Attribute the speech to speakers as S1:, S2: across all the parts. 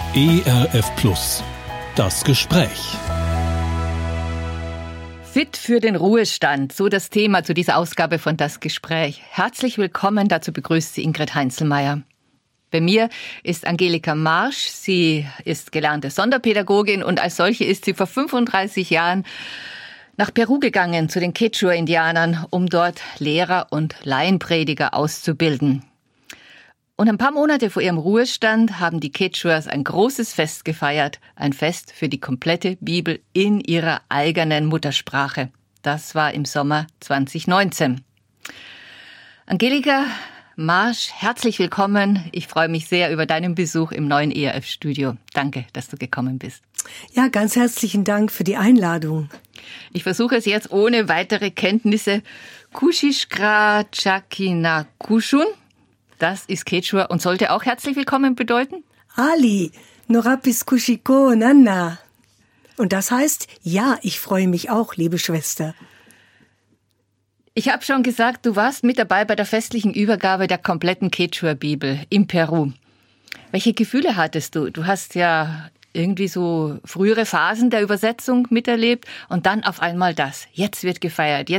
S1: ERF Plus. Das Gespräch.
S2: Fit für den Ruhestand, so das Thema zu dieser Ausgabe von Das Gespräch. Herzlich willkommen, dazu begrüßt Sie Ingrid Heinzelmeier. Bei mir ist Angelika Marsch. Sie ist gelernte Sonderpädagogin und als solche ist sie vor 35 Jahren nach Peru gegangen, zu den Quechua-Indianern, um dort Lehrer und Laienprediger auszubilden. Und ein paar Monate vor ihrem Ruhestand haben die Quechuas ein großes Fest gefeiert. Ein Fest für die komplette Bibel in ihrer eigenen Muttersprache. Das war im Sommer 2019. Angelika Marsch, herzlich willkommen. Ich freue mich sehr über deinen Besuch im neuen ERF-Studio. Danke, dass du gekommen bist.
S3: Ja, ganz herzlichen Dank für die Einladung.
S2: Ich versuche es jetzt ohne weitere Kenntnisse. Kushishkra Chakina Kushun. Das ist Quechua und sollte auch herzlich willkommen bedeuten?
S3: Ali, Norapis Kushiko Nana. Und das heißt, ja, ich freue mich auch, liebe Schwester.
S2: Ich habe schon gesagt, du warst mit dabei bei der festlichen Übergabe der kompletten Quechua-Bibel in Peru. Welche Gefühle hattest du? Du hast ja irgendwie so frühere Phasen der Übersetzung miterlebt und dann auf einmal das. Jetzt wird gefeiert.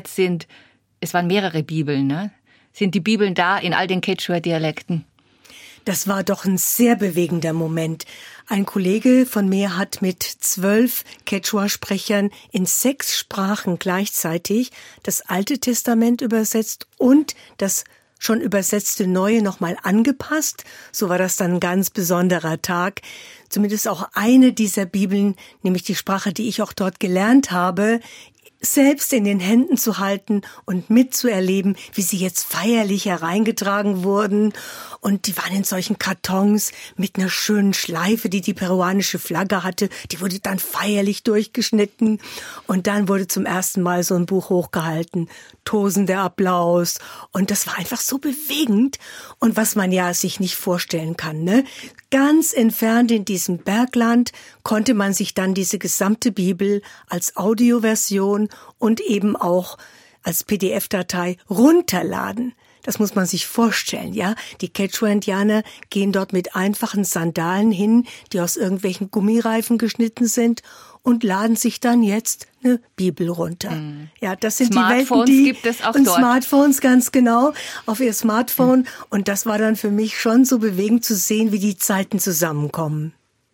S2: Es waren mehrere Bibeln, ne? Sind die Bibeln da in all den Quechua-Dialekten?
S3: Das war doch ein sehr bewegender Moment. Ein Kollege von mir hat mit 12 Quechua-Sprechern in 6 Sprachen gleichzeitig das Alte Testament übersetzt und das schon übersetzte Neue nochmal angepasst. So war das dann ein ganz besonderer Tag. Zumindest auch eine dieser Bibeln, nämlich die Sprache, die ich auch dort gelernt habe, selbst in den Händen zu halten und mitzuerleben, wie sie jetzt feierlich hereingetragen wurden. Und die waren in solchen Kartons mit einer schönen Schleife, die peruanische Flagge hatte. Die wurde dann feierlich durchgeschnitten. Und dann wurde zum ersten Mal so ein Buch hochgehalten. Tosender Applaus. Und das war einfach so bewegend. Und was man ja sich nicht vorstellen kann, ne? Ganz entfernt in diesem Bergland konnte man sich dann diese gesamte Bibel als Audioversion und eben auch als PDF-Datei runterladen. Das muss man sich vorstellen, ja. Die Quechua-Indianer gehen dort mit einfachen Sandalen hin, die aus irgendwelchen Gummireifen geschnitten sind und laden sich dann jetzt eine Bibel runter. Ja, das sind
S2: Smartphones
S3: die Welten,
S2: gibt es auch
S3: und
S2: dort.
S3: Smartphones, ganz genau, auf ihr Smartphone. Und das war dann für mich schon so bewegend zu sehen, wie die Zeiten zusammenkommen.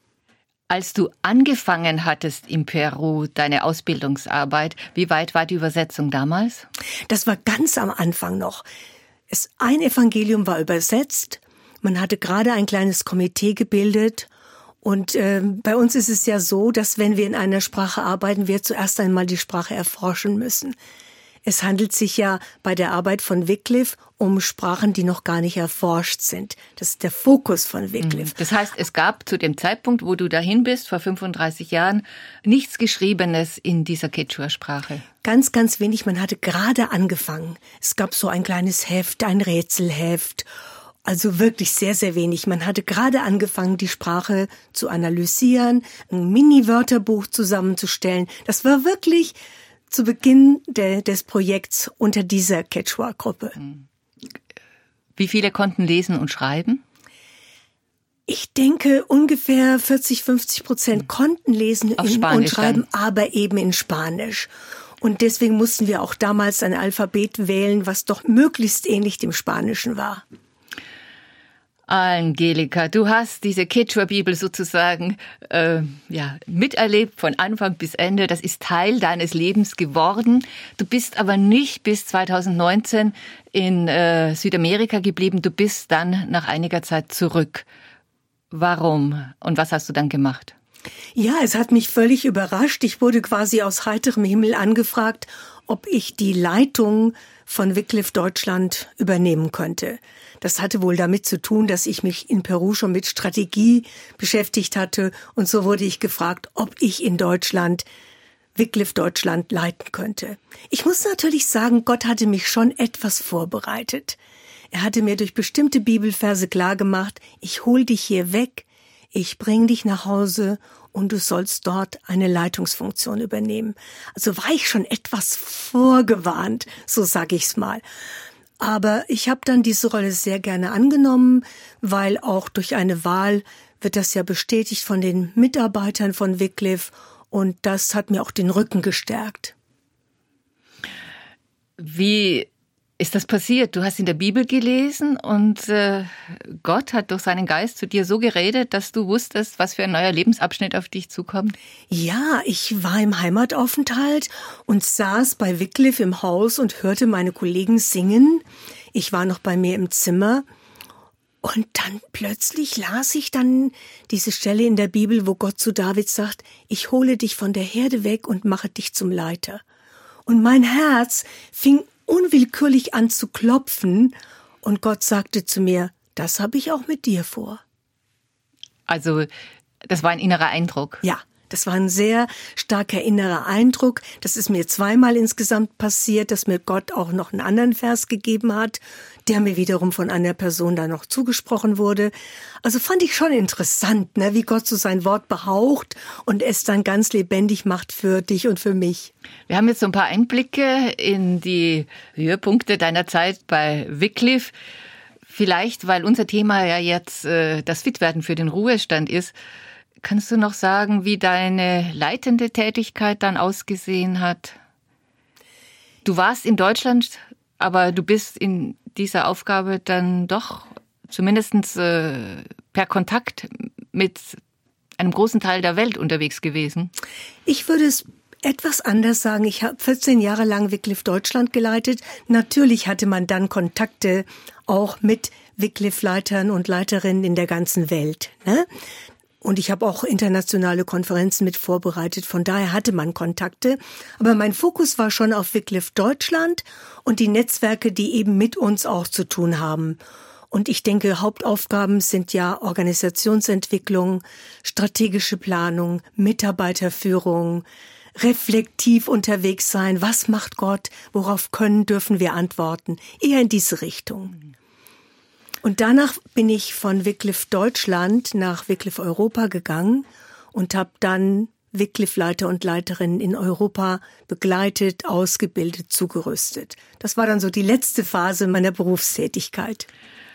S2: Als du angefangen hattest in Peru, deine Ausbildungsarbeit, wie weit war die Übersetzung damals?
S3: Das war ganz am Anfang noch. Ein Evangelium war übersetzt. Man hatte gerade ein kleines Komitee gebildet. Und bei uns ist es ja so, dass wenn wir in einer Sprache arbeiten, wir zuerst einmal die Sprache erforschen müssen. Es handelt sich ja bei der Arbeit von Wycliffe um Sprachen, die noch gar nicht erforscht sind. Das ist der Fokus von Wycliffe.
S2: Das heißt, es gab zu dem Zeitpunkt, wo du dahin bist, vor 35 Jahren, nichts Geschriebenes in dieser Quechua-Sprache.
S3: Ganz, ganz wenig. Man hatte gerade angefangen. Es gab so ein kleines Heft, ein Rätselheft. Also wirklich sehr, sehr wenig. Man hatte gerade angefangen, die Sprache zu analysieren, ein Mini-Wörterbuch zusammenzustellen. Das war wirklich zu Beginn des Projekts unter dieser Quechua-Gruppe.
S2: Wie viele konnten lesen und schreiben?
S3: Ich denke, ungefähr 40-50% konnten lesen und schreiben, aber eben in Spanisch. Und deswegen mussten wir auch damals ein Alphabet wählen, was doch möglichst ähnlich dem Spanischen war.
S2: Angelika, du hast diese Quechua-Bibel sozusagen miterlebt von Anfang bis Ende. Das ist Teil deines Lebens geworden. Du bist aber nicht bis 2019 in Südamerika geblieben. Du bist dann nach einiger Zeit zurück. Warum? Und was hast du dann gemacht?
S3: Ja, es hat mich völlig überrascht. Ich wurde quasi aus heiterem Himmel angefragt, ob ich die Leitung von Wycliffe Deutschland übernehmen könnte. Das hatte wohl damit zu tun, dass ich mich in Peru schon mit Strategie beschäftigt hatte. Und so wurde ich gefragt, ob ich in Deutschland Wycliffe Deutschland leiten könnte. Ich muss natürlich sagen, Gott hatte mich schon etwas vorbereitet. Er hatte mir durch bestimmte Bibelverse klargemacht, ich hol dich hier weg, ich bring dich nach Hause und du sollst dort eine Leitungsfunktion übernehmen. Also war ich schon etwas vorgewarnt, so sage ich's mal. Aber ich habe dann diese Rolle sehr gerne angenommen, weil auch durch eine Wahl wird das ja bestätigt von den Mitarbeitern von Wycliffe und das hat mir auch den Rücken gestärkt.
S2: Wie ist das passiert? Du hast in der Bibel gelesen und Gott hat durch seinen Geist zu dir so geredet, dass du wusstest, was für ein neuer Lebensabschnitt auf dich zukommt?
S3: Ja, ich war im Heimataufenthalt und saß bei Wycliffe im Haus und hörte meine Kollegen singen. Ich war noch bei mir im Zimmer und dann plötzlich las ich dann diese Stelle in der Bibel, wo Gott zu David sagt, ich hole dich von der Herde weg und mache dich zum Leiter. Und mein Herz fing unwillkürlich an zu klopfen und Gott sagte zu mir, das habe ich auch mit dir vor.
S2: Also, das war ein innerer Eindruck.
S3: Ja, das war ein sehr starker innerer Eindruck. Das ist mir zweimal insgesamt passiert, dass mir Gott auch noch einen anderen Vers gegeben hat, der mir wiederum von einer Person da noch zugesprochen wurde. Also fand ich schon interessant, ne, wie Gott so sein Wort behaucht und es dann ganz lebendig macht für dich und für mich.
S2: Wir haben jetzt so ein paar Einblicke in die Höhepunkte deiner Zeit bei Wycliffe. Vielleicht, weil unser Thema ja jetzt das Fitwerden für den Ruhestand ist, kannst du noch sagen, wie deine leitende Tätigkeit dann ausgesehen hat? Du warst in Deutschland, aber du bist in dieser Aufgabe dann doch zumindest per Kontakt mit einem großen Teil der Welt unterwegs gewesen.
S3: Ich würde es etwas anders sagen. Ich habe 14 Jahre lang Wycliffe Deutschland geleitet. Natürlich hatte man dann Kontakte auch mit Wycliffe-Leitern und Leiterinnen in der ganzen Welt, ne? Und ich habe auch internationale Konferenzen mit vorbereitet. Von daher hatte man Kontakte. Aber mein Fokus war schon auf Wycliffe Deutschland und die Netzwerke, die eben mit uns auch zu tun haben. Und ich denke, Hauptaufgaben sind ja Organisationsentwicklung, strategische Planung, Mitarbeiterführung, reflektiv unterwegs sein. Was macht Gott? Worauf dürfen wir antworten? Eher in diese Richtung. Und danach bin ich von Wycliffe Deutschland nach Wycliffe Europa gegangen und habe dann Wycliffe-Leiter und Leiterinnen in Europa begleitet, ausgebildet, zugerüstet. Das war dann so die letzte Phase meiner Berufstätigkeit.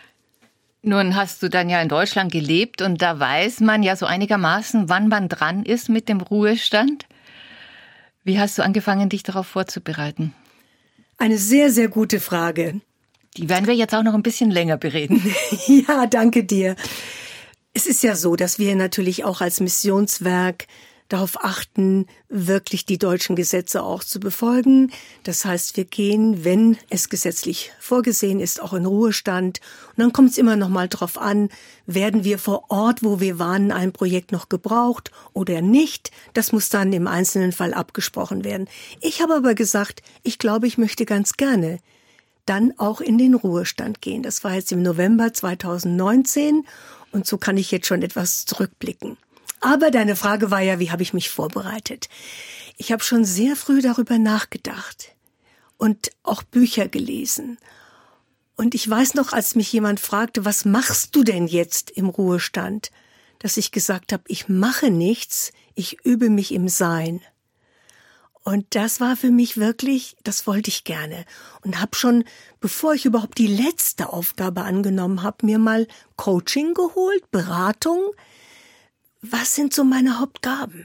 S2: Nun hast du dann ja in Deutschland gelebt und da weiß man ja so einigermaßen, wann man dran ist mit dem Ruhestand. Wie hast du angefangen, dich darauf vorzubereiten?
S3: Eine sehr, sehr gute Frage.
S2: Die werden wir jetzt auch noch ein bisschen länger bereden.
S3: Ja, danke dir. Es ist ja so, dass wir natürlich auch als Missionswerk darauf achten, wirklich die deutschen Gesetze auch zu befolgen. Das heißt, wir gehen, wenn es gesetzlich vorgesehen ist, auch in Ruhestand. Und dann kommt es immer noch mal drauf an, werden wir vor Ort, wo wir waren, ein Projekt noch gebraucht oder nicht. Das muss dann im einzelnen Fall abgesprochen werden. Ich habe aber gesagt, ich glaube, ich möchte ganz gerne dann auch in den Ruhestand gehen. Das war jetzt im November 2019 und so kann ich jetzt schon etwas zurückblicken. Aber deine Frage war ja, wie habe ich mich vorbereitet? Ich habe schon sehr früh darüber nachgedacht und auch Bücher gelesen. Und ich weiß noch, als mich jemand fragte, was machst du denn jetzt im Ruhestand? Dass ich gesagt habe, ich mache nichts, ich übe mich im Sein. Und das war für mich wirklich, das wollte ich gerne. Und habe schon, bevor ich überhaupt die letzte Aufgabe angenommen habe, mir mal Coaching geholt, Beratung. Was sind so meine Hauptgaben?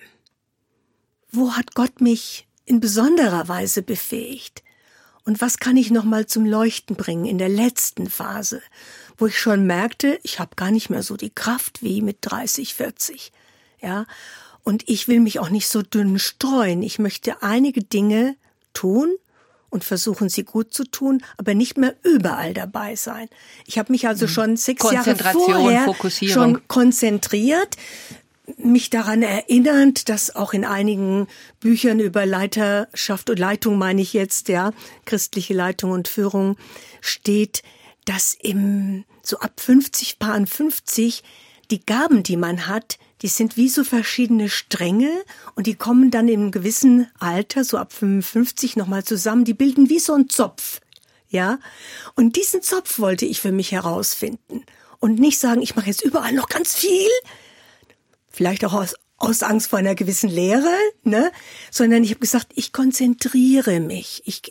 S3: Wo hat Gott mich in besonderer Weise befähigt? Und was kann ich noch mal zum Leuchten bringen in der letzten Phase, wo ich schon merkte, ich habe gar nicht mehr so die Kraft wie mit 30, 40. Ja. Und ich will mich auch nicht so dünn streuen. Ich möchte einige Dinge tun und versuchen, sie gut zu tun, aber nicht mehr überall dabei sein. Ich habe mich also schon 6 Jahre vorher schon konzentriert, mich daran erinnernd, dass auch in einigen Büchern über Leiterschaft und Leitung, meine ich jetzt, ja, christliche Leitung und Führung, steht, dass so ab 50, Paaren 50, die Gaben, die man hat, die sind wie so verschiedene Stränge und die kommen dann im gewissen Alter, so ab 55 nochmal zusammen, die bilden wie so ein Zopf, ja. Und diesen Zopf wollte ich für mich herausfinden und nicht sagen, ich mache jetzt überall noch ganz viel, vielleicht auch aus Angst vor einer gewissen Leere, ne, sondern ich habe gesagt, ich konzentriere mich, ich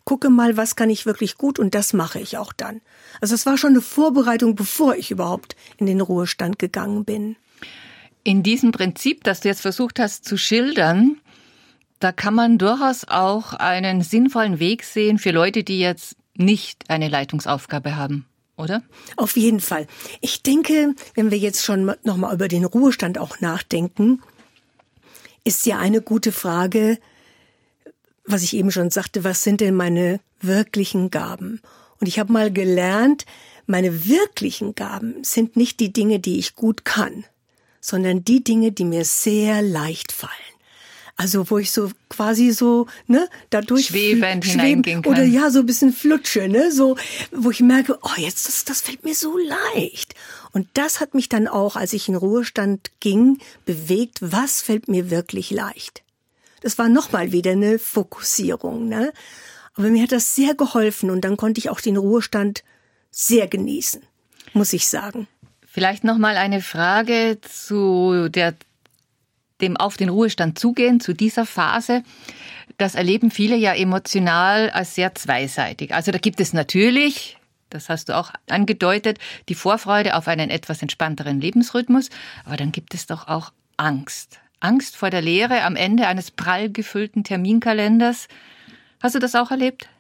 S3: gucke mal, was kann ich wirklich gut und das mache ich auch dann. Also es war schon eine Vorbereitung, bevor ich überhaupt in den Ruhestand gegangen bin.
S2: In diesem Prinzip, das du jetzt versucht hast zu schildern, da kann man durchaus auch einen sinnvollen Weg sehen für Leute, die jetzt nicht eine Leitungsaufgabe haben, oder?
S3: Auf jeden Fall. Ich denke, wenn wir jetzt schon nochmal über den Ruhestand auch nachdenken, ist ja eine gute Frage, was ich eben schon sagte, was sind denn meine wirklichen Gaben? Und ich habe mal gelernt, meine wirklichen Gaben sind nicht die Dinge, die ich gut kann, sondern die Dinge, die mir sehr leicht fallen. Also wo ich so quasi so dadurch
S2: schwebend hineingehen kann.
S3: Oder ja, so ein bisschen flutsche, so wo ich merke, oh, jetzt das fällt mir so leicht. Und das hat mich dann auch, als ich in Ruhestand ging, bewegt, was fällt mir wirklich leicht. Das war nochmal wieder eine Fokussierung, Aber mir hat das sehr geholfen und dann konnte ich auch den Ruhestand sehr genießen, muss ich sagen.
S2: Vielleicht nochmal eine Frage zu dem auf den Ruhestand zugehen, zu dieser Phase. Das erleben viele ja emotional als sehr zweiseitig. Also da gibt es natürlich, das hast du auch angedeutet, die Vorfreude auf einen etwas entspannteren Lebensrhythmus. Aber dann gibt es doch auch Angst. Angst vor der Leere am Ende eines prall gefüllten Terminkalenders. Hast du das auch erlebt?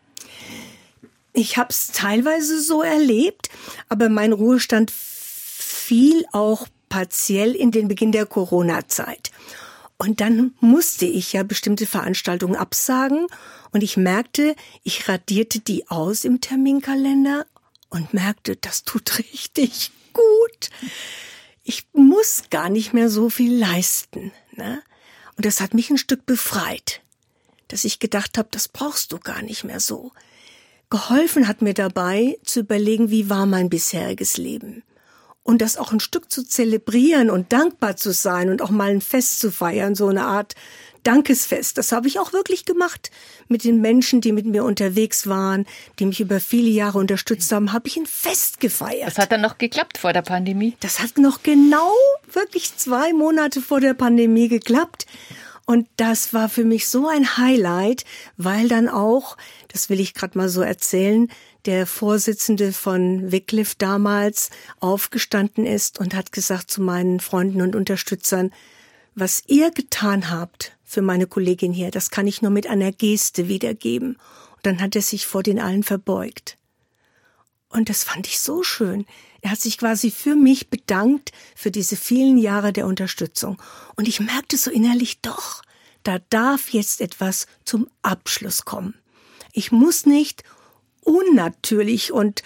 S3: Ich habe es teilweise so erlebt, aber mein Ruhestand fiel auch partiell in den Beginn der Corona-Zeit. Und dann musste ich ja bestimmte Veranstaltungen absagen und ich merkte, ich radierte die aus im Terminkalender und merkte, das tut richtig gut. Ich muss gar nicht mehr so viel leisten. Und das hat mich ein Stück befreit, dass ich gedacht habe, das brauchst du gar nicht mehr so. Geholfen hat mir dabei, zu überlegen, wie war mein bisheriges Leben. Und das auch ein Stück zu zelebrieren und dankbar zu sein und auch mal ein Fest zu feiern, so eine Art Dankesfest. Das habe ich auch wirklich gemacht. Mit den Menschen, die mit mir unterwegs waren, die mich über viele Jahre unterstützt haben, habe ich ein Fest gefeiert.
S2: Das hat dann noch geklappt vor der Pandemie?
S3: Das hat noch genau wirklich 2 Monate vor der Pandemie geklappt. Und das war für mich so ein Highlight, weil dann auch, das will ich gerade mal so erzählen, der Vorsitzende von Wycliffe damals aufgestanden ist und hat gesagt zu meinen Freunden und Unterstützern, was ihr getan habt für meine Kollegin hier, das kann ich nur mit einer Geste wiedergeben. Und dann hat er sich vor den allen verbeugt. Und das fand ich so schön. Er hat sich quasi für mich bedankt, für diese vielen Jahre der Unterstützung. Und ich merkte so innerlich, doch, da darf jetzt etwas zum Abschluss kommen. Ich muss nicht unnatürlich und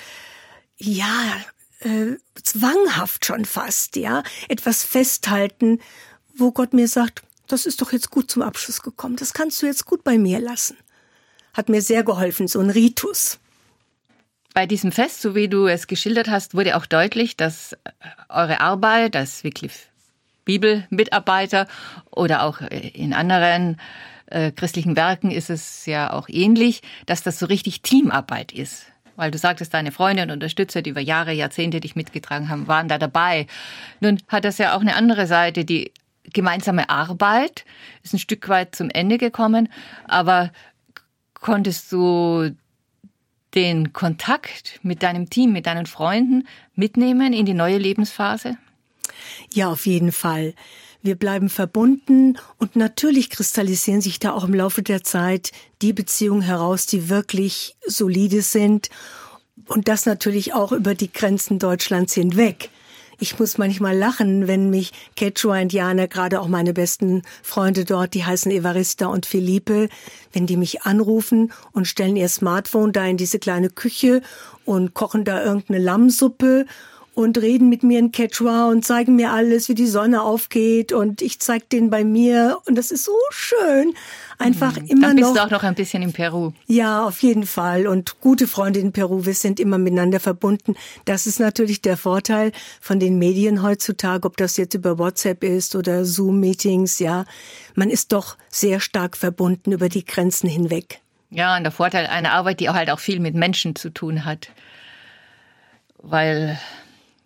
S3: zwanghaft schon fast, etwas festhalten, wo Gott mir sagt, das ist doch jetzt gut zum Abschluss gekommen, das kannst du jetzt gut bei mir lassen. Hat mir sehr geholfen, so ein Ritus.
S2: Bei diesem Fest, so wie du es geschildert hast, wurde auch deutlich, dass eure Arbeit als Wycliffe Bibelmitarbeiter oder auch in anderen christlichen Werken ist es ja auch ähnlich, dass das so richtig Teamarbeit ist. Weil du sagtest, deine Freunde und Unterstützer, die über Jahre, Jahrzehnte dich mitgetragen haben, waren da dabei. Nun hat das ja auch eine andere Seite. Die gemeinsame Arbeit ist ein Stück weit zum Ende gekommen. Aber konntest du den Kontakt mit deinem Team, mit deinen Freunden mitnehmen in die neue Lebensphase?
S3: Ja, auf jeden Fall. Wir bleiben verbunden und natürlich kristallisieren sich da auch im Laufe der Zeit die Beziehungen heraus, die wirklich solide sind und das natürlich auch über die Grenzen Deutschlands hinweg. Ich muss manchmal lachen, wenn mich Quechua-Indianer, gerade auch meine besten Freunde dort, die heißen Evarista und Felipe, wenn die mich anrufen und stellen ihr Smartphone da in diese kleine Küche und kochen da irgendeine Lammsuppe und reden mit mir in Quechua und zeigen mir alles, wie die Sonne aufgeht und ich zeig denen bei mir und das ist so schön. Einfach immer noch.
S2: Dann bist du auch noch ein bisschen in Peru.
S3: Ja, auf jeden Fall und gute Freunde in Peru, wir sind immer miteinander verbunden. Das ist natürlich der Vorteil von den Medien heutzutage, ob das jetzt über WhatsApp ist oder Zoom-Meetings, ja. Man ist doch sehr stark verbunden über die Grenzen hinweg.
S2: Ja, und der Vorteil einer Arbeit, die halt auch viel mit Menschen zu tun hat. Weil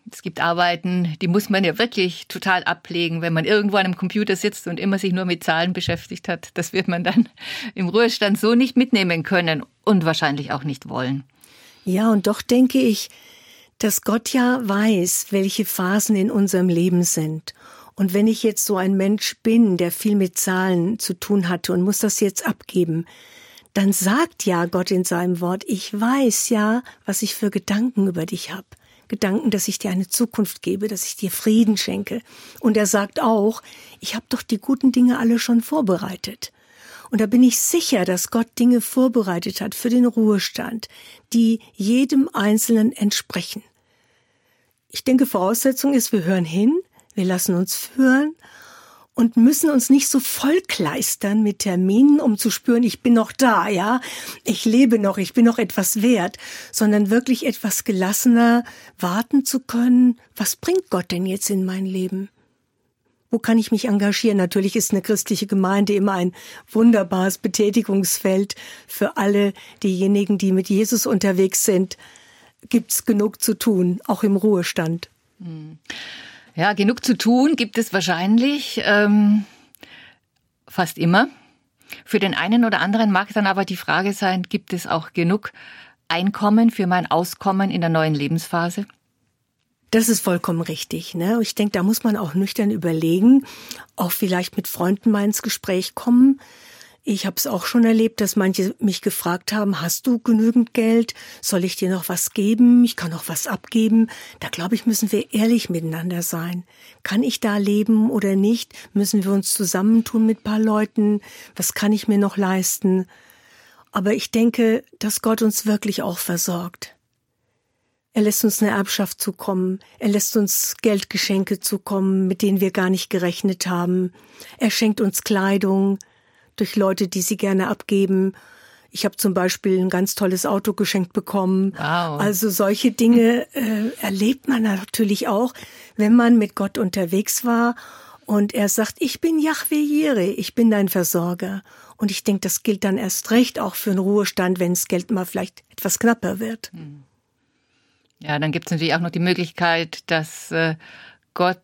S2: Es gibt Arbeiten, die muss man ja wirklich total ablegen, wenn man irgendwo an einem Computer sitzt und immer sich nur mit Zahlen beschäftigt hat. Das wird man dann im Ruhestand so nicht mitnehmen können und wahrscheinlich auch nicht wollen.
S3: Ja, und doch denke ich, dass Gott ja weiß, welche Phasen in unserem Leben sind. Und wenn ich jetzt so ein Mensch bin, der viel mit Zahlen zu tun hatte und muss das jetzt abgeben, dann sagt ja Gott in seinem Wort, ich weiß ja, was ich für Gedanken über dich habe. Gedanken, dass ich dir eine Zukunft gebe, dass ich dir Frieden schenke. Und er sagt auch, ich habe doch die guten Dinge alle schon vorbereitet. Und da bin ich sicher, dass Gott Dinge vorbereitet hat für den Ruhestand, die jedem Einzelnen entsprechen. Ich denke, Voraussetzung ist, wir hören hin, wir lassen uns führen und müssen uns nicht so vollkleistern mit Terminen, um zu spüren, ich bin noch da, ja, ich lebe noch, ich bin noch etwas wert, sondern wirklich etwas gelassener warten zu können, was bringt Gott denn jetzt in mein Leben? Wo kann ich mich engagieren? Natürlich ist eine christliche Gemeinde immer ein wunderbares Betätigungsfeld für alle diejenigen, die mit Jesus unterwegs sind. Gibt's genug zu tun, auch im Ruhestand.
S2: Ja, genug zu tun gibt es wahrscheinlich fast immer. Für den einen oder anderen mag dann aber die Frage sein, gibt es auch genug Einkommen für mein Auskommen in der neuen Lebensphase?
S3: Das ist vollkommen richtig, ne? Ich denke, da muss man auch nüchtern überlegen, auch vielleicht mit Freunden mal ins Gespräch kommen. Ich habe es auch schon erlebt, dass manche mich gefragt haben, hast du genügend Geld? Soll ich dir noch was geben? Ich kann noch was abgeben. Da glaube ich, müssen wir ehrlich miteinander sein. Kann ich da leben oder nicht? Müssen wir uns zusammentun mit ein paar Leuten? Was kann ich mir noch leisten? Aber ich denke, dass Gott uns wirklich auch versorgt. Er lässt uns eine Erbschaft zukommen. Er lässt uns Geldgeschenke zukommen, mit denen wir gar nicht gerechnet haben. Er schenkt uns Kleidung durch Leute, die sie gerne abgeben. Ich habe zum Beispiel ein ganz tolles Auto geschenkt bekommen.
S2: Wow.
S3: Also solche Dinge erlebt man natürlich auch, wenn man mit Gott unterwegs war. Und er sagt, ich bin Jahwe Jireh, ich bin dein Versorger. Und ich denke, das gilt dann erst recht auch für einen Ruhestand, wenn das Geld mal vielleicht etwas knapper wird.
S2: Ja, dann gibt es natürlich auch noch die Möglichkeit, dass Gott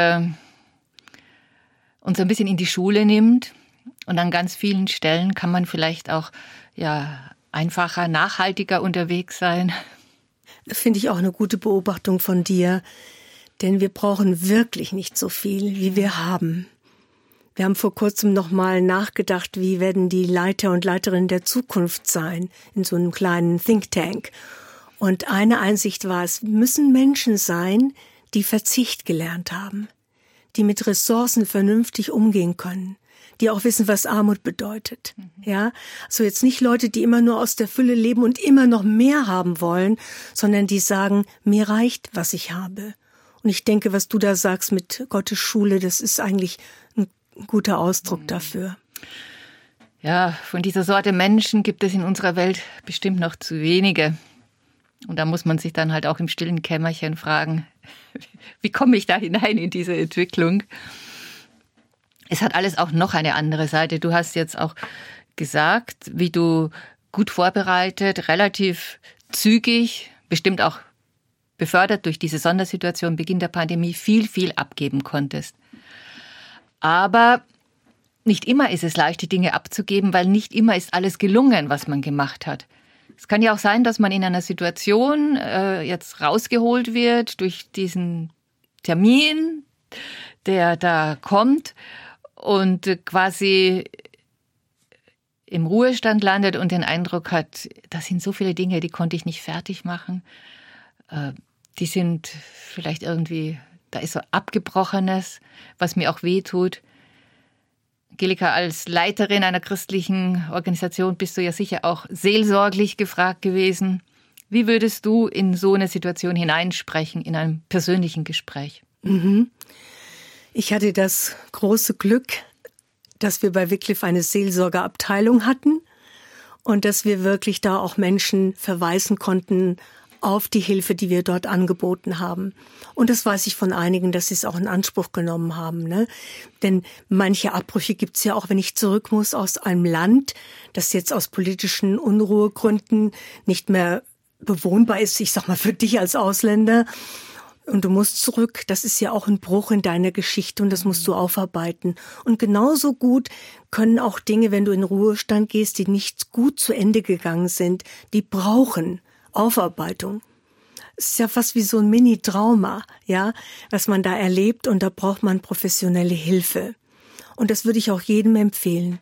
S2: uns ein bisschen in die Schule nimmt. Und an ganz vielen Stellen kann man vielleicht auch einfacher, nachhaltiger unterwegs sein.
S3: Finde ich auch eine gute Beobachtung von dir. Denn wir brauchen wirklich nicht so viel, wie wir haben. Wir haben vor kurzem noch mal nachgedacht, wie werden die Leiter und Leiterinnen der Zukunft sein in so einem kleinen Think Tank. Und eine Einsicht war, es müssen Menschen sein, die Verzicht gelernt haben, die mit Ressourcen vernünftig umgehen können, die auch wissen, was Armut bedeutet. Ja, also jetzt nicht Leute, die immer nur aus der Fülle leben und immer noch mehr haben wollen, sondern die sagen, mir reicht, was ich habe. Und ich denke, was du da sagst mit Gottes Schule, das ist eigentlich ein guter Ausdruck dafür.
S2: Ja, von dieser Sorte Menschen gibt es in unserer Welt bestimmt noch zu wenige. Und da muss man sich dann halt auch im stillen Kämmerchen fragen, wie komme ich da hinein in diese Entwicklung? Es hat alles auch noch eine andere Seite. Du hast jetzt auch gesagt, wie du gut vorbereitet, relativ zügig, bestimmt auch befördert durch diese Sondersituation, Beginn der Pandemie, viel abgeben konntest. Aber nicht immer ist es leicht, die Dinge abzugeben, weil nicht immer ist alles gelungen, was man gemacht hat. Es kann ja auch sein, dass man in einer Situation jetzt rausgeholt wird durch diesen Termin, der da kommt und quasi im Ruhestand landet und den Eindruck hat, das sind so viele Dinge, die konnte ich nicht fertig machen. Die sind vielleicht irgendwie, da ist so Abgebrochenes, was mir auch wehtut. Angelika, als Leiterin einer christlichen Organisation bist du ja sicher auch seelsorglich gefragt gewesen. Wie würdest du in so eine Situation hineinsprechen, in einem persönlichen Gespräch?
S3: Ich hatte das große Glück, dass wir bei Wycliffe eine Seelsorgeabteilung hatten und dass wir wirklich da auch Menschen verweisen konnten auf die Hilfe, die wir dort angeboten haben. Und das weiß ich von einigen, dass sie es auch in Anspruch genommen haben, ne? Denn manche Abbrüche gibt's ja auch, wenn ich zurück muss aus einem Land, das jetzt aus politischen Unruhegründen nicht mehr bewohnbar ist, ich sag mal für dich als Ausländer. und du musst zurück. Das ist ja auch ein Bruch in deiner Geschichte und das musst du aufarbeiten. Und genauso gut können auch Dinge, wenn du in Ruhestand gehst, die nicht gut zu Ende gegangen sind, die brauchen Aufarbeitung. Es ist ja fast wie so ein Mini-Trauma, ja, was man da erlebt, und da braucht man professionelle Hilfe. Und das würde ich auch jedem empfehlen.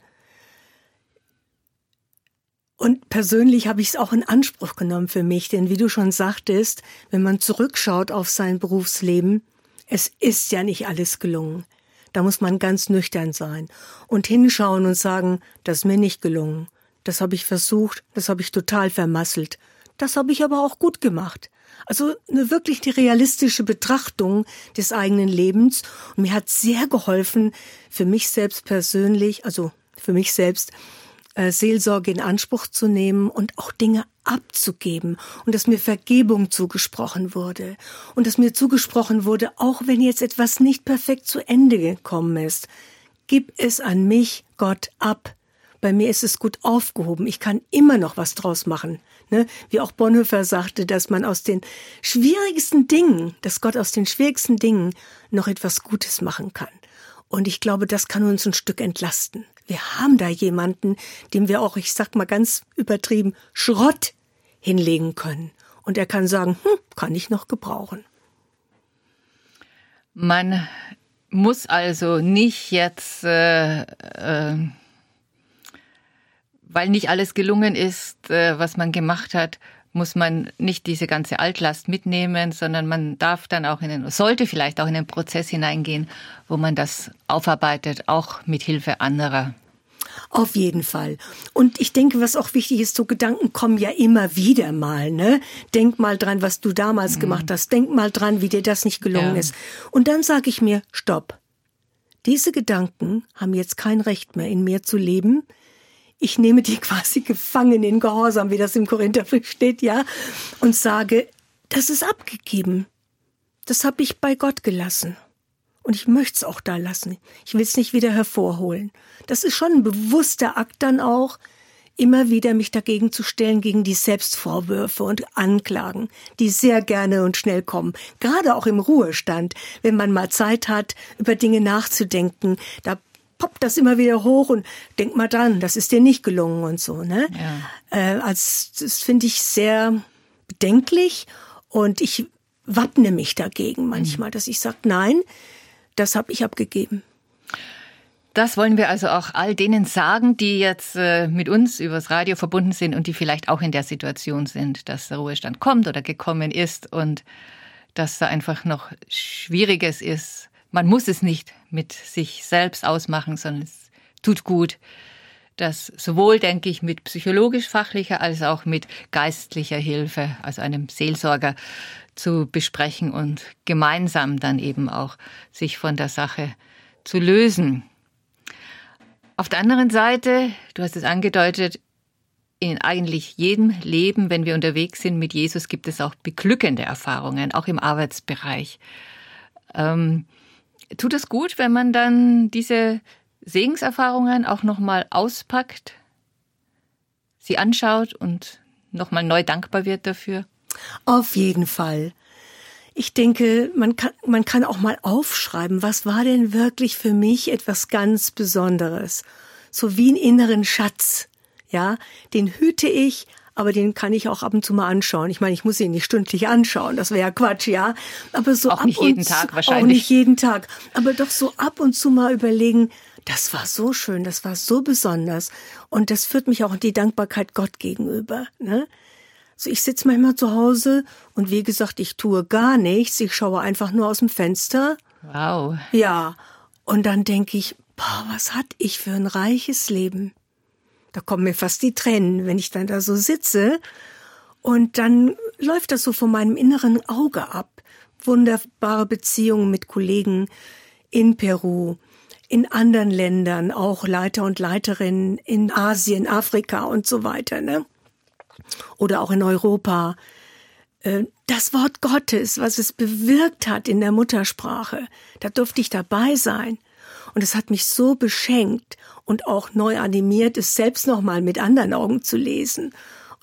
S3: Und persönlich habe ich es auch in Anspruch genommen für mich, denn wie du schon sagtest, wenn man zurückschaut auf sein Berufsleben, es ist ja nicht alles gelungen. Da muss man ganz nüchtern sein und hinschauen und sagen, das ist mir nicht gelungen. Das habe ich versucht, das habe ich total vermasselt. Das habe ich aber auch gut gemacht. Also wirklich die realistische Betrachtung des eigenen Lebens. Und mir hat sehr geholfen, für mich selbst persönlich, also für mich selbst, Seelsorge in Anspruch zu nehmen und auch Dinge abzugeben. Und dass mir Vergebung zugesprochen wurde. Und dass mir zugesprochen wurde, auch wenn jetzt etwas nicht perfekt zu Ende gekommen ist, gib es an mich, Gott, ab. Bei mir ist es gut aufgehoben. Ich kann immer noch was draus machen. Ne? Wie auch Bonhoeffer sagte, dass man aus den schwierigsten Dingen, dass Gott aus den schwierigsten Dingen noch etwas Gutes machen kann. Und ich glaube, das kann uns ein Stück entlasten. Wir haben da jemanden, dem wir auch, ich sag mal ganz übertrieben, Schrott hinlegen können. Und er kann sagen, kann ich noch gebrauchen.
S2: Man muss also nicht jetzt, weil nicht alles gelungen ist, was man gemacht hat, muss man nicht diese ganze Altlast mitnehmen, sondern man darf dann auch sollte vielleicht auch in den Prozess hineingehen, wo man das aufarbeitet, auch mit Hilfe anderer.
S3: Auf jeden Fall. Und ich denke, was auch wichtig ist, so Gedanken kommen ja immer wieder mal, ne? Denk mal dran, was du damals gemacht hast. Denk mal dran, wie dir das nicht gelungen ist. Und dann sage ich mir, stopp. Diese Gedanken haben jetzt kein Recht mehr, in mir zu leben. Ich nehme die quasi gefangen in Gehorsam, wie das im Korintherbrief steht, ja, und sage, das ist abgegeben. Das habe ich bei Gott gelassen. Und ich möchte es auch da lassen. Ich will es nicht wieder hervorholen. Das ist schon ein bewusster Akt dann auch, immer wieder mich dagegen zu stellen, gegen die Selbstvorwürfe und Anklagen, die sehr gerne und schnell kommen. Gerade auch im Ruhestand, wenn man mal Zeit hat, über Dinge nachzudenken, da poppt das immer wieder hoch und denk mal dran, das ist dir nicht gelungen und so, ne? Ja. Also das finde ich sehr bedenklich und ich wappne mich dagegen manchmal, dass ich sage, nein, das habe ich abgegeben.
S2: Das wollen wir also auch all denen sagen, die jetzt mit uns übers Radio verbunden sind und die vielleicht auch in der Situation sind, dass der Ruhestand kommt oder gekommen ist und dass da einfach noch Schwieriges ist. Man muss es nicht mit sich selbst ausmachen, sondern es tut gut, das sowohl, denke ich, mit psychologisch-fachlicher als auch mit geistlicher Hilfe, also einem Seelsorger, zu besprechen und gemeinsam dann eben auch sich von der Sache zu lösen. Auf der anderen Seite, du hast es angedeutet, in eigentlich jedem Leben, wenn wir unterwegs sind mit Jesus, gibt es auch beglückende Erfahrungen, auch im Arbeitsbereich. Tut es gut, wenn man dann diese Segenserfahrungen auch nochmal auspackt, sie anschaut und nochmal neu dankbar wird dafür?
S3: Auf jeden Fall. Ich denke, man kann auch mal aufschreiben, was war denn wirklich für mich etwas ganz Besonderes? So wie einen inneren Schatz, ja, den hüte ich, aber den kann ich auch ab und zu mal anschauen. Ich meine, ich muss ihn nicht stündlich anschauen, das wäre ja Quatsch, ja. Aber so
S2: auch nicht jeden Tag wahrscheinlich.
S3: Auch nicht jeden Tag, aber doch so ab und zu mal überlegen, das war so schön, das war so besonders und das führt mich auch in die Dankbarkeit Gott gegenüber, ne? So, ich sitze manchmal zu Hause und wie gesagt, ich tue gar nichts. Ich schaue einfach nur aus dem Fenster.
S2: Wow.
S3: Ja, und dann denke ich, boah, was hatte ich für ein reiches Leben. Da kommen mir fast die Tränen, wenn ich dann da so sitze. Und dann läuft das so vor meinem inneren Auge ab. Wunderbare Beziehungen mit Kollegen in Peru, in anderen Ländern, auch Leiter und Leiterinnen in Asien, Afrika und so weiter, ne? Oder auch in Europa. Das Wort Gottes, was es bewirkt hat in der Muttersprache, da durfte ich dabei sein. Und es hat mich so beschenkt und auch neu animiert, es selbst nochmal mit anderen Augen zu lesen.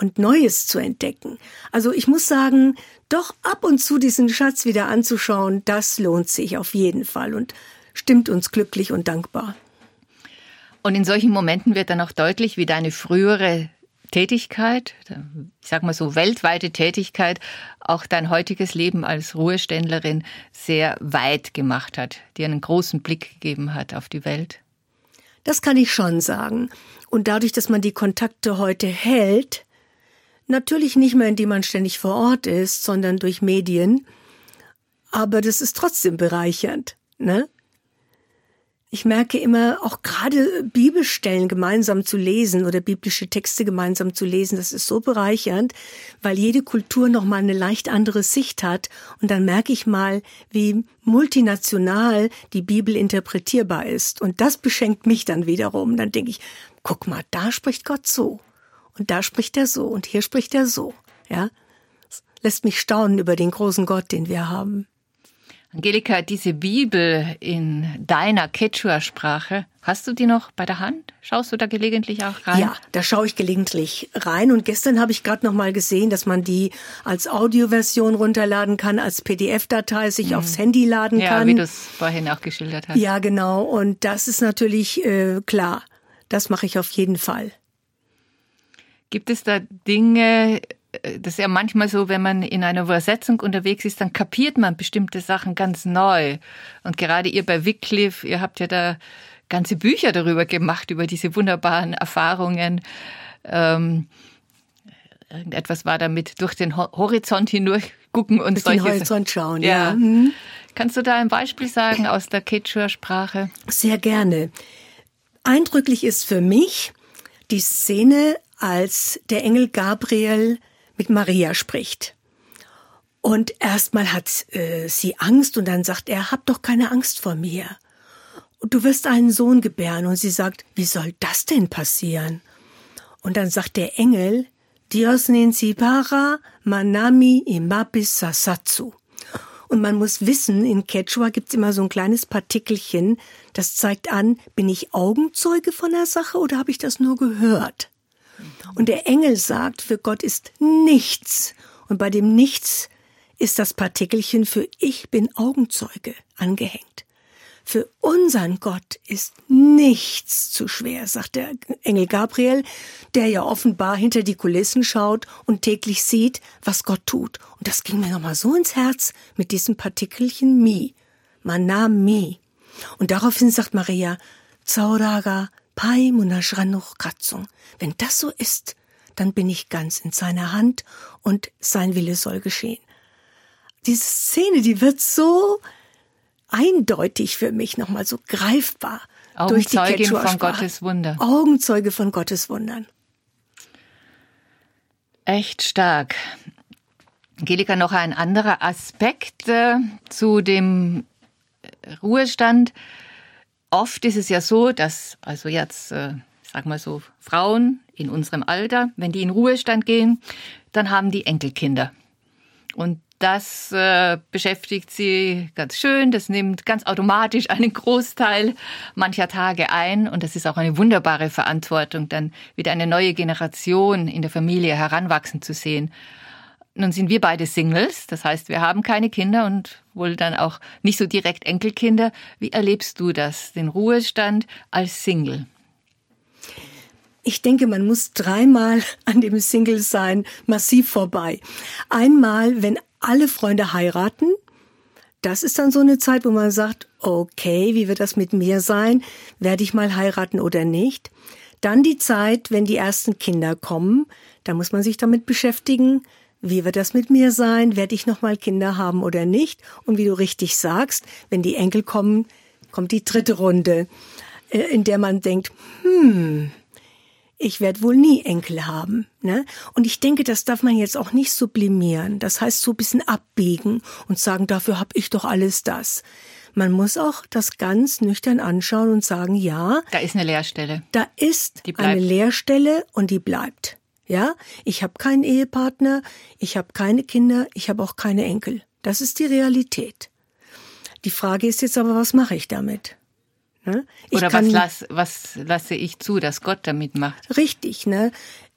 S3: und Neues zu entdecken. Also ich muss sagen, doch ab und zu diesen Schatz wieder anzuschauen, das lohnt sich auf jeden Fall und stimmt uns glücklich und dankbar.
S2: Und in solchen Momenten wird dann auch deutlich, wie deine frühere Tätigkeit, ich sag mal so weltweite Tätigkeit, auch dein heutiges Leben als Ruheständlerin sehr weit gemacht hat, dir einen großen Blick gegeben hat auf die Welt.
S3: Das kann ich schon sagen. Und dadurch, dass man die Kontakte heute hält, natürlich nicht mehr, indem man ständig vor Ort ist, sondern durch Medien, aber das ist trotzdem bereichernd, ne? Ich merke immer, auch gerade Bibelstellen gemeinsam zu lesen oder biblische Texte gemeinsam zu lesen, das ist so bereichernd, weil jede Kultur nochmal eine leicht andere Sicht hat. Und dann merke ich mal, wie multinational die Bibel interpretierbar ist. Und das beschenkt mich dann wiederum. Dann denke ich, guck mal, da spricht Gott so. Und da spricht er so. Und hier spricht er so. Ja, das lässt mich staunen über den großen Gott, den wir haben.
S2: Angelika, diese Bibel in deiner Quechua-Sprache, hast du die noch bei der Hand? Schaust du da gelegentlich auch rein?
S3: Ja, da schaue ich gelegentlich rein. Und gestern habe ich gerade noch mal gesehen, dass man die als Audioversion runterladen kann, als PDF-Datei sich aufs Handy laden kann.
S2: Ja, wie du es vorhin auch geschildert hast.
S3: Ja, genau. Und das ist natürlich klar. Das mache ich auf jeden Fall.
S2: Gibt es da Dinge, das ist ja manchmal so, wenn man in einer Übersetzung unterwegs ist, dann kapiert man bestimmte Sachen ganz neu. Und gerade ihr bei Wycliffe, ihr habt ja da ganze Bücher darüber gemacht, über diese wunderbaren Erfahrungen. Irgendetwas war damit durch den Horizont hindurch gucken und
S3: durch den Horizont schauen, ja.
S2: Kannst du da ein Beispiel sagen aus der Quechua-Sprache?
S3: Sehr gerne. Eindrücklich ist für mich die Szene, als der Engel Gabriel mit Maria spricht. Und erstmal hat sie Angst und dann sagt er, hab doch keine Angst vor mir. Und du wirst einen Sohn gebären. Und sie sagt, wie soll das denn passieren? Und dann sagt der Engel, Dios ninsipara manami imapis sasatsu. Und man muss wissen, in Quechua gibt's immer so ein kleines Partikelchen, das zeigt an, bin ich Augenzeuge von der Sache oder habe ich das nur gehört? Und der Engel sagt, für Gott ist nichts. Und bei dem Nichts ist das Partikelchen für ich bin Augenzeuge angehängt. Für unseren Gott ist nichts zu schwer, sagt der Engel Gabriel, der ja offenbar hinter die Kulissen schaut und täglich sieht, was Gott tut. Und das ging mir nochmal so ins Herz mit diesem Partikelchen Mi, Manami. Und daraufhin sagt Maria, Zauraga, Pai Munashranuch Katzung. Wenn das so ist, dann bin ich ganz in seiner Hand und sein Wille soll geschehen. Diese Szene, die wird so eindeutig für mich, nochmal so greifbar. Durch die
S2: Augenzeugin von
S3: Quechua-Sprache.
S2: Gottes Wunder.
S3: Augenzeuge von Gottes Wundern.
S2: Echt stark. Angelika, noch ein anderer Aspekt zu dem Ruhestand. Oft ist es ja so, dass, also jetzt, sag mal so, Frauen in unserem Alter, wenn die in Ruhestand gehen, dann haben die Enkelkinder. Und das beschäftigt sie ganz schön, das nimmt ganz automatisch einen Großteil mancher Tage ein. Und das ist auch eine wunderbare Verantwortung, dann wieder eine neue Generation in der Familie heranwachsen zu sehen. Nun sind wir beide Singles, das heißt, wir haben keine Kinder und wohl dann auch nicht so direkt Enkelkinder. Wie erlebst du das, den Ruhestand als Single?
S3: Ich denke, man muss dreimal an dem Single-Sein massiv vorbei. Einmal, wenn alle Freunde heiraten, das ist dann so eine Zeit, wo man sagt, okay, wie wird das mit mir sein? Werde ich mal heiraten oder nicht? Dann die Zeit, wenn die ersten Kinder kommen, da muss man sich damit beschäftigen, wie wird das mit mir sein? Werde ich noch mal Kinder haben oder nicht? Und wie du richtig sagst, wenn die Enkel kommen, kommt die dritte Runde, in der man denkt, ich werde wohl nie Enkel haben, ne? Und ich denke, das darf man jetzt auch nicht sublimieren. Das heißt, so ein bisschen abbiegen und sagen, dafür habe ich doch alles das. Man muss auch das ganz nüchtern anschauen und sagen, ja.
S2: Da ist eine Leerstelle.
S3: Da ist eine Leerstelle und die bleibt. Ja, ich habe keinen Ehepartner, ich habe keine Kinder, ich habe auch keine Enkel. Das ist die Realität. Die Frage ist jetzt aber, was mache ich damit? Ne?
S2: Oder was lasse ich zu, dass Gott damit macht?
S3: Richtig, ne?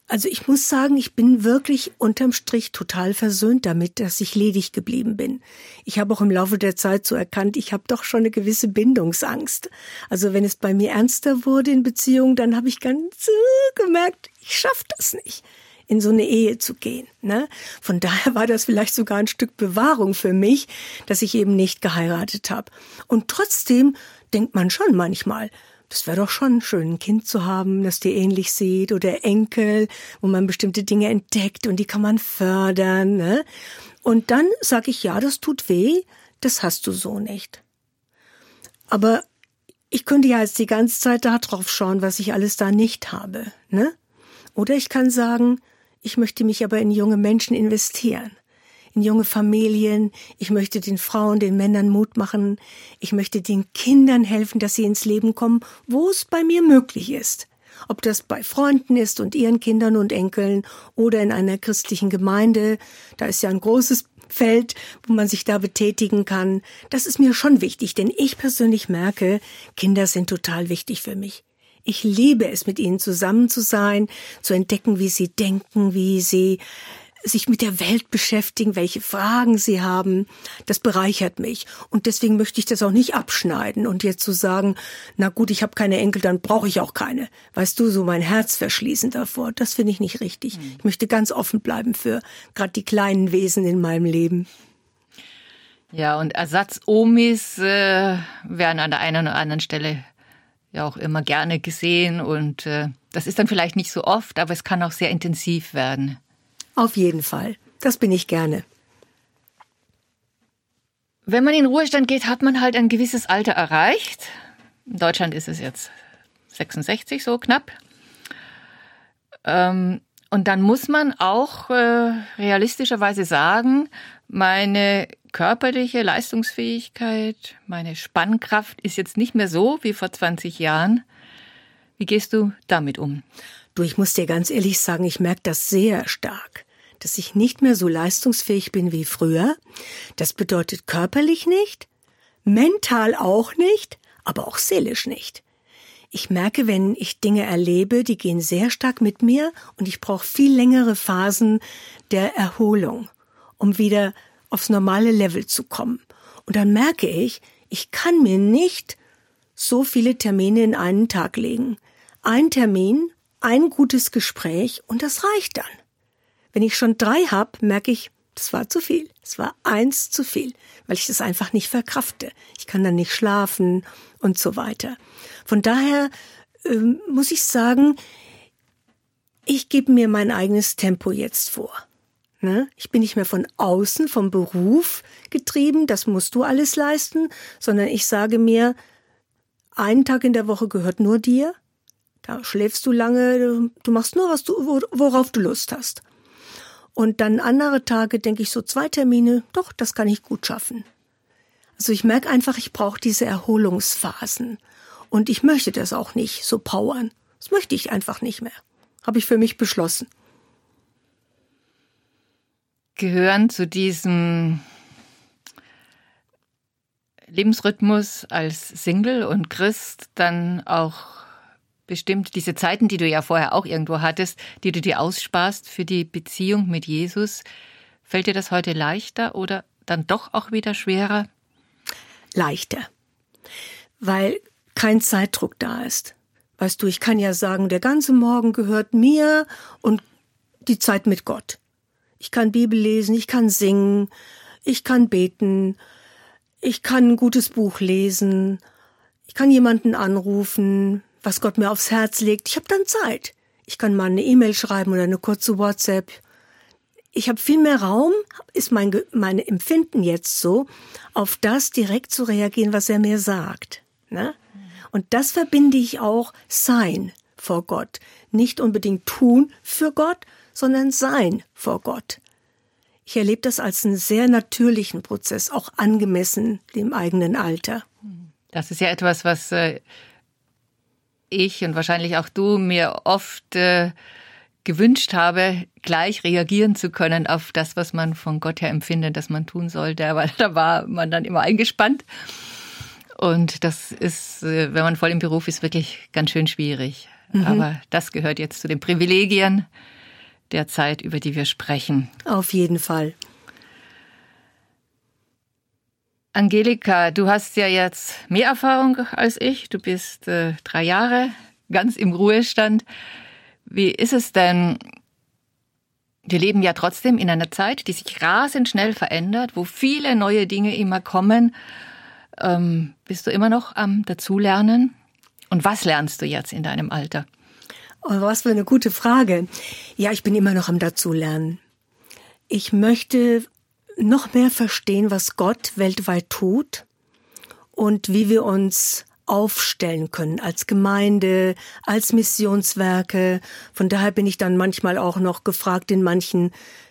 S3: Also ich muss sagen, ich bin wirklich unterm Strich total versöhnt damit, dass ich ledig geblieben bin. Ich habe auch im Laufe der Zeit so erkannt, ich habe doch schon eine gewisse Bindungsangst. Also wenn es bei mir ernster wurde in Beziehungen, dann habe ich ganz gemerkt, ich schaffe das nicht, in so eine Ehe zu gehen. Ne? Von daher war das vielleicht sogar ein Stück Bewahrung für mich, dass ich eben nicht geheiratet habe. Und trotzdem denkt man schon manchmal, das wäre doch schon schön, ein Kind zu haben, das dir ähnlich sieht, oder Enkel, wo man bestimmte Dinge entdeckt und die kann man fördern. Ne? Und dann sage ich, ja, das tut weh, das hast du so nicht. Aber ich könnte ja jetzt die ganze Zeit da drauf schauen, was ich alles da nicht habe. Ne? Oder ich kann sagen, ich möchte mich aber in junge Menschen investieren. In junge Familien, ich möchte den Frauen, den Männern Mut machen, ich möchte den Kindern helfen, dass sie ins Leben kommen, wo es bei mir möglich ist. Ob das bei Freunden ist und ihren Kindern und Enkeln oder in einer christlichen Gemeinde, da ist ja ein großes Feld, wo man sich da betätigen kann. Das ist mir schon wichtig, denn ich persönlich merke, Kinder sind total wichtig für mich. Ich liebe es, mit ihnen zusammen zu sein, zu entdecken, wie sie denken, wie sie sich mit der Welt beschäftigen, welche Fragen sie haben. Das bereichert mich. Und deswegen möchte ich das auch nicht abschneiden und jetzt so sagen, na gut, ich habe keine Enkel, dann brauche ich auch keine. Weißt du, so mein Herz verschließen davor, das finde ich nicht richtig. Ich möchte ganz offen bleiben für gerade die kleinen Wesen in meinem Leben.
S2: Ja, und Ersatz-Omis werden an der einen oder anderen Stelle ja auch immer gerne gesehen. Und das ist dann vielleicht nicht so oft, aber es kann auch sehr intensiv werden.
S3: Auf jeden Fall. Das bin ich gerne.
S2: Wenn man in den Ruhestand geht, hat man halt ein gewisses Alter erreicht. In Deutschland ist es jetzt 66, so knapp. Und dann muss man auch realistischerweise sagen, meine körperliche Leistungsfähigkeit, meine Spannkraft ist jetzt nicht mehr so wie vor 20 Jahren. Wie gehst du damit um?
S3: Du, ich muss dir ganz ehrlich sagen, ich merke das sehr stark, dass ich nicht mehr so leistungsfähig bin wie früher. Das bedeutet körperlich nicht, mental auch nicht, aber auch seelisch nicht. Ich merke, wenn ich Dinge erlebe, die gehen sehr stark mit mir und ich brauche viel längere Phasen der Erholung, um wieder aufs normale Level zu kommen. Und dann merke ich, ich kann mir nicht so viele Termine in einen Tag legen. Ein Termin, ein gutes Gespräch und das reicht dann. Wenn ich schon 3 habe, merke ich, das war zu viel. Es war 1 zu viel, weil ich das einfach nicht verkrafte. Ich kann dann nicht schlafen und so weiter. Von daher muss ich sagen, ich gebe mir mein eigenes Tempo jetzt vor. Ne? Ich bin nicht mehr von außen, vom Beruf getrieben, das musst du alles leisten, sondern ich sage mir, einen Tag in der Woche gehört nur dir. Da schläfst du lange, du machst nur, worauf du Lust hast. Und dann andere Tage denke ich so 2 Termine, doch, das kann ich gut schaffen. Also ich merke einfach, ich brauche diese Erholungsphasen. Und ich möchte das auch nicht so powern. Das möchte ich einfach nicht mehr. Habe ich für mich beschlossen.
S2: Gehören zu diesem Lebensrhythmus als Single und Christ dann auch bestimmt diese Zeiten, die du ja vorher auch irgendwo hattest, die du dir aussparst für die Beziehung mit Jesus? Fällt dir das heute leichter oder dann doch auch wieder schwerer?
S3: Leichter, weil kein Zeitdruck da ist. Weißt du, ich kann ja sagen, der ganze Morgen gehört mir und die Zeit mit Gott. Ich kann Bibel lesen, ich kann singen, ich kann beten, ich kann ein gutes Buch lesen, ich kann jemanden anrufen, was Gott mir aufs Herz legt. Ich habe dann Zeit. Ich kann mal eine E-Mail schreiben oder eine kurze WhatsApp. Ich habe viel mehr Raum, ist mein Empfinden jetzt so, auf das direkt zu reagieren, was er mir sagt. Ne? Und das verbinde ich auch Sein vor Gott. Nicht unbedingt tun für Gott, sondern Sein vor Gott. Ich erlebe das als einen sehr natürlichen Prozess, auch angemessen dem eigenen Alter.
S2: Das ist ja etwas, was ich und wahrscheinlich auch du mir oft gewünscht habe, gleich reagieren zu können auf das, was man von Gott her empfindet, dass man tun sollte. Aber da war man dann immer eingespannt. Und das ist, wenn man voll im Beruf ist, wirklich ganz schön schwierig. Aber das gehört jetzt zu den Privilegien der Zeit, über die wir sprechen.
S3: Auf jeden Fall.
S2: Angelika, du hast ja jetzt mehr Erfahrung als ich. Du bist 3 Jahre ganz im Ruhestand. Wie ist es denn? Wir leben ja trotzdem in einer Zeit, die sich rasend schnell verändert, wo viele neue Dinge immer kommen. Bist du immer noch am Dazulernen? Und was lernst du jetzt in deinem Alter?
S3: Oh, was für eine gute Frage. Ja, ich bin immer noch am Dazulernen. Ich möchte noch mehr verstehen, was Gott weltweit tut und wie wir uns aufstellen können als Gemeinde, als Missionswerke. Von daher bin ich dann manchmal auch noch gefragt in manchen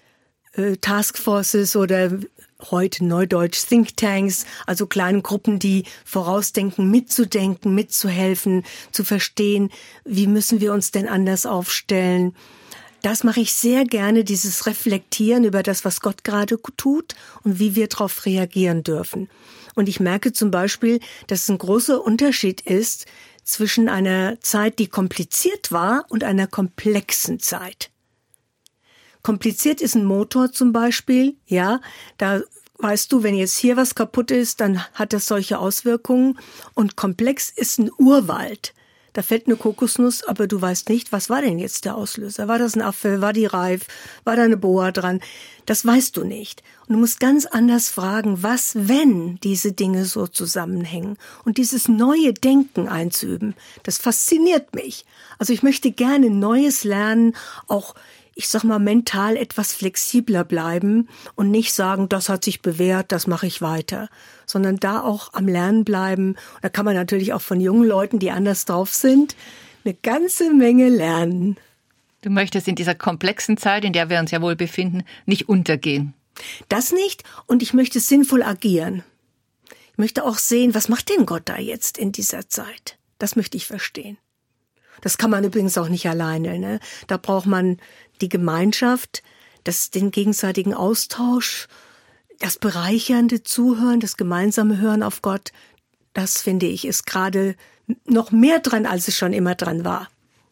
S3: Taskforces oder heute neudeutsch Thinktanks, also kleinen Gruppen, die vorausdenken, mitzudenken, mitzuhelfen, zu verstehen, wie müssen wir uns denn anders aufstellen. Das mache ich sehr gerne, dieses Reflektieren über das, was Gott gerade tut und wie wir darauf reagieren dürfen. Und ich merke zum Beispiel, dass es ein großer Unterschied ist zwischen einer Zeit, die kompliziert war, und einer komplexen Zeit. Kompliziert ist ein Motor zum Beispiel, ja, da weißt du, wenn jetzt hier was kaputt ist, dann hat das solche Auswirkungen. Und komplex ist ein Urwald. Da fällt eine Kokosnuss, aber du weißt nicht, was war denn jetzt der Auslöser? War das ein Affe? War die reif? War da eine Boa dran? Das weißt du nicht. Und du musst ganz anders fragen, was, wenn diese Dinge so zusammenhängen? Und dieses neue Denken einzuüben, das fasziniert mich. Also ich möchte gerne Neues lernen, auch, ich sag mal, mental etwas flexibler bleiben und nicht sagen, das hat sich bewährt, das mache ich weiter, sondern da auch am Lernen bleiben. Da kann man natürlich auch von jungen Leuten, die anders drauf sind, eine ganze Menge lernen.
S2: Du möchtest in dieser komplexen Zeit, in der wir uns ja wohl befinden, nicht untergehen.
S3: Das nicht, und ich möchte sinnvoll agieren. Ich möchte auch sehen, was macht denn Gott da jetzt in dieser Zeit? Das möchte ich verstehen. Das kann man übrigens auch nicht alleine, ne? Da braucht man die Gemeinschaft, den gegenseitigen Austausch, das bereichernde Zuhören, das gemeinsame Hören auf Gott. Das, finde ich, ist gerade noch mehr dran, als es schon immer dran war.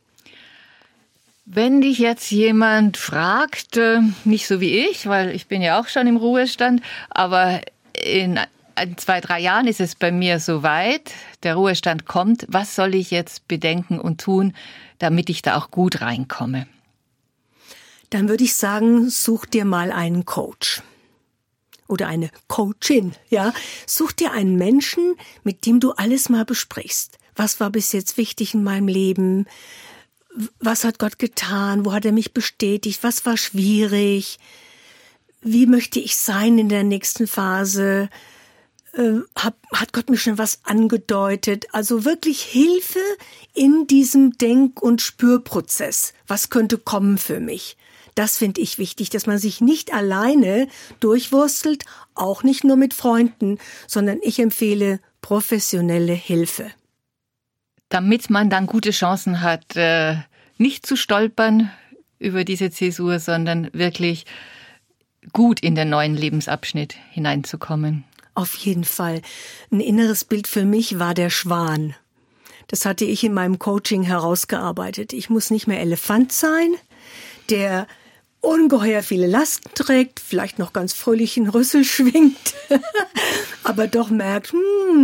S2: Wenn dich jetzt jemand fragt, nicht so wie ich, weil ich bin ja auch schon im Ruhestand, aber in 2, 3 Jahren ist es bei mir soweit, der Ruhestand kommt, was soll ich jetzt bedenken und tun, damit ich da auch gut reinkomme?
S3: Dann würde ich sagen, such dir mal einen Coach oder eine Coachin, ja. Such dir einen Menschen, mit dem du alles mal besprichst. Was war bis jetzt wichtig in meinem Leben? Was hat Gott getan? Wo hat er mich bestätigt? Was war schwierig? Wie möchte ich sein in der nächsten Phase? Hat Gott mir schon was angedeutet? Also wirklich Hilfe in diesem Denk- und Spürprozess. Was könnte kommen für mich? Das finde ich wichtig, dass man sich nicht alleine durchwurstelt, auch nicht nur mit Freunden, sondern ich empfehle professionelle Hilfe.
S2: Damit man dann gute Chancen hat, nicht zu stolpern über diese Zäsur, sondern wirklich gut in den neuen Lebensabschnitt hineinzukommen.
S3: Auf jeden Fall. Ein inneres Bild für mich war der Schwan. Das hatte ich in meinem Coaching herausgearbeitet. Ich muss nicht mehr Elefant sein, der ungeheuer viele Lasten trägt, vielleicht noch ganz fröhlich einen Rüssel schwingt, aber doch merkt,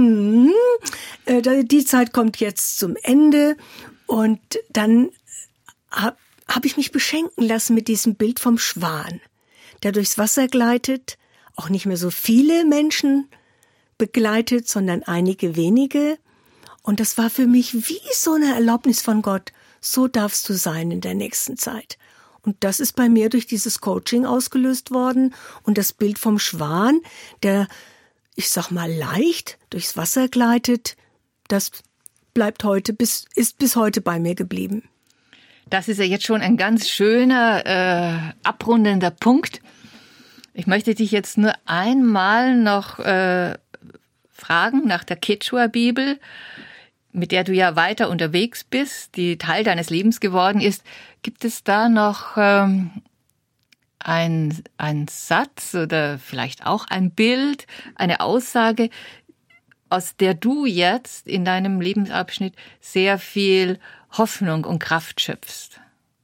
S3: die Zeit kommt jetzt zum Ende. Und dann hab ich mich beschenken lassen mit diesem Bild vom Schwan, der durchs Wasser gleitet, auch nicht mehr so viele Menschen begleitet, sondern einige wenige. Und das war für mich wie so eine Erlaubnis von Gott, so darfst du sein in der nächsten Zeit. Und das ist bei mir durch dieses Coaching ausgelöst worden. Und das Bild vom Schwan, der, ich sag mal, leicht durchs Wasser gleitet, das ist bis heute bei mir geblieben.
S2: Das ist ja jetzt schon ein ganz schöner, abrundender Punkt. Ich möchte dich jetzt nur einmal noch fragen nach der Quechua-Bibel, mit der du ja weiter unterwegs bist, die Teil deines Lebens geworden ist. Gibt es da noch einen Satz oder vielleicht auch ein Bild, eine Aussage, aus der du jetzt in deinem Lebensabschnitt sehr viel Hoffnung und Kraft schöpfst.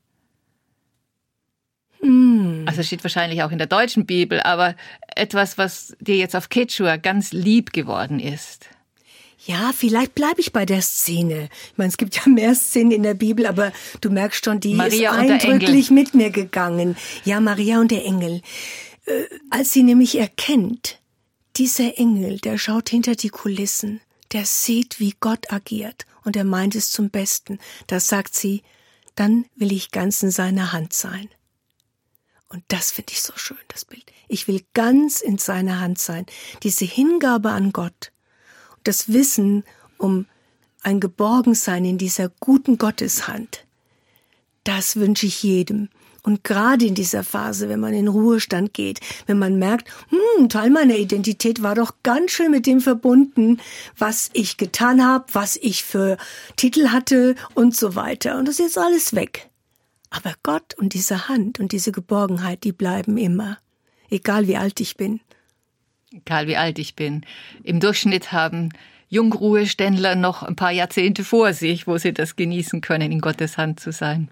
S2: Also steht wahrscheinlich auch in der deutschen Bibel, aber etwas, was dir jetzt auf Quechua ganz lieb geworden ist.
S3: Ja, vielleicht bleibe ich bei der Szene. Ich meine, es gibt ja mehr Szenen in der Bibel, aber du merkst schon, die
S2: Maria
S3: ist eindrücklich mit mir gegangen. Ja, Maria und der Engel. Als sie nämlich erkennt, dieser Engel, der schaut hinter die Kulissen, der sieht, wie Gott agiert und er meint es zum Besten. Da sagt sie, dann will ich ganz in seiner Hand sein. Und das finde ich so schön, das Bild. Ich will ganz in seiner Hand sein. Diese Hingabe an Gott, das Wissen um ein Geborgensein in dieser guten Gotteshand, das wünsche ich jedem. Und gerade in dieser Phase, wenn man in Ruhestand geht, wenn man merkt, ein Teil meiner Identität war doch ganz schön mit dem verbunden, was ich getan habe, was ich für Titel hatte und so weiter. Und das ist jetzt alles weg. Aber Gott und diese Hand und diese Geborgenheit, die bleiben immer. Egal wie alt ich bin.
S2: Egal wie alt ich bin. Im Durchschnitt haben Jungruheständler noch ein paar Jahrzehnte vor sich, wo sie das genießen können, in Gottes Hand zu sein.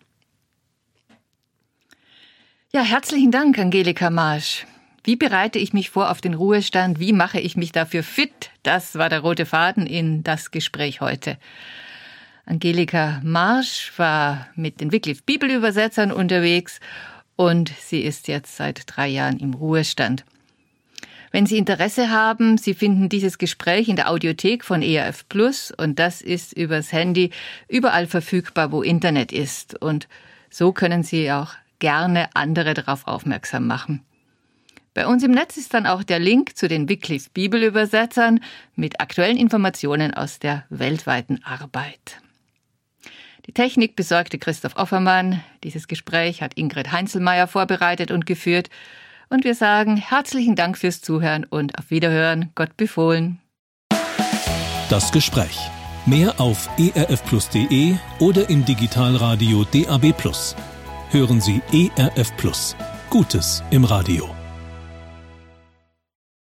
S2: Ja, herzlichen Dank, Angelika Marsch. Wie bereite ich mich vor auf den Ruhestand? Wie mache ich mich dafür fit? Das war der rote Faden in das Gespräch heute. Angelika Marsch war mit den Wycliffe Bibelübersetzern unterwegs und sie ist jetzt seit 3 Jahren im Ruhestand. Wenn Sie Interesse haben, Sie finden dieses Gespräch in der Audiothek von ERF Plus und das ist übers Handy überall verfügbar, wo Internet ist. Und so können Sie auch gerne andere darauf aufmerksam machen. Bei uns im Netz ist dann auch der Link zu den Wycliffe Bibelübersetzern mit aktuellen Informationen aus der weltweiten Arbeit. Die Technik besorgte Christoph Offermann. Dieses Gespräch hat Ingrid Heinzelmeier vorbereitet und geführt. Und wir sagen herzlichen Dank fürs Zuhören und auf Wiederhören. Gott befohlen.
S1: Das Gespräch. Mehr auf erfplus.de oder im Digitalradio DAB+. Hören Sie ERF Plus. Gutes im Radio.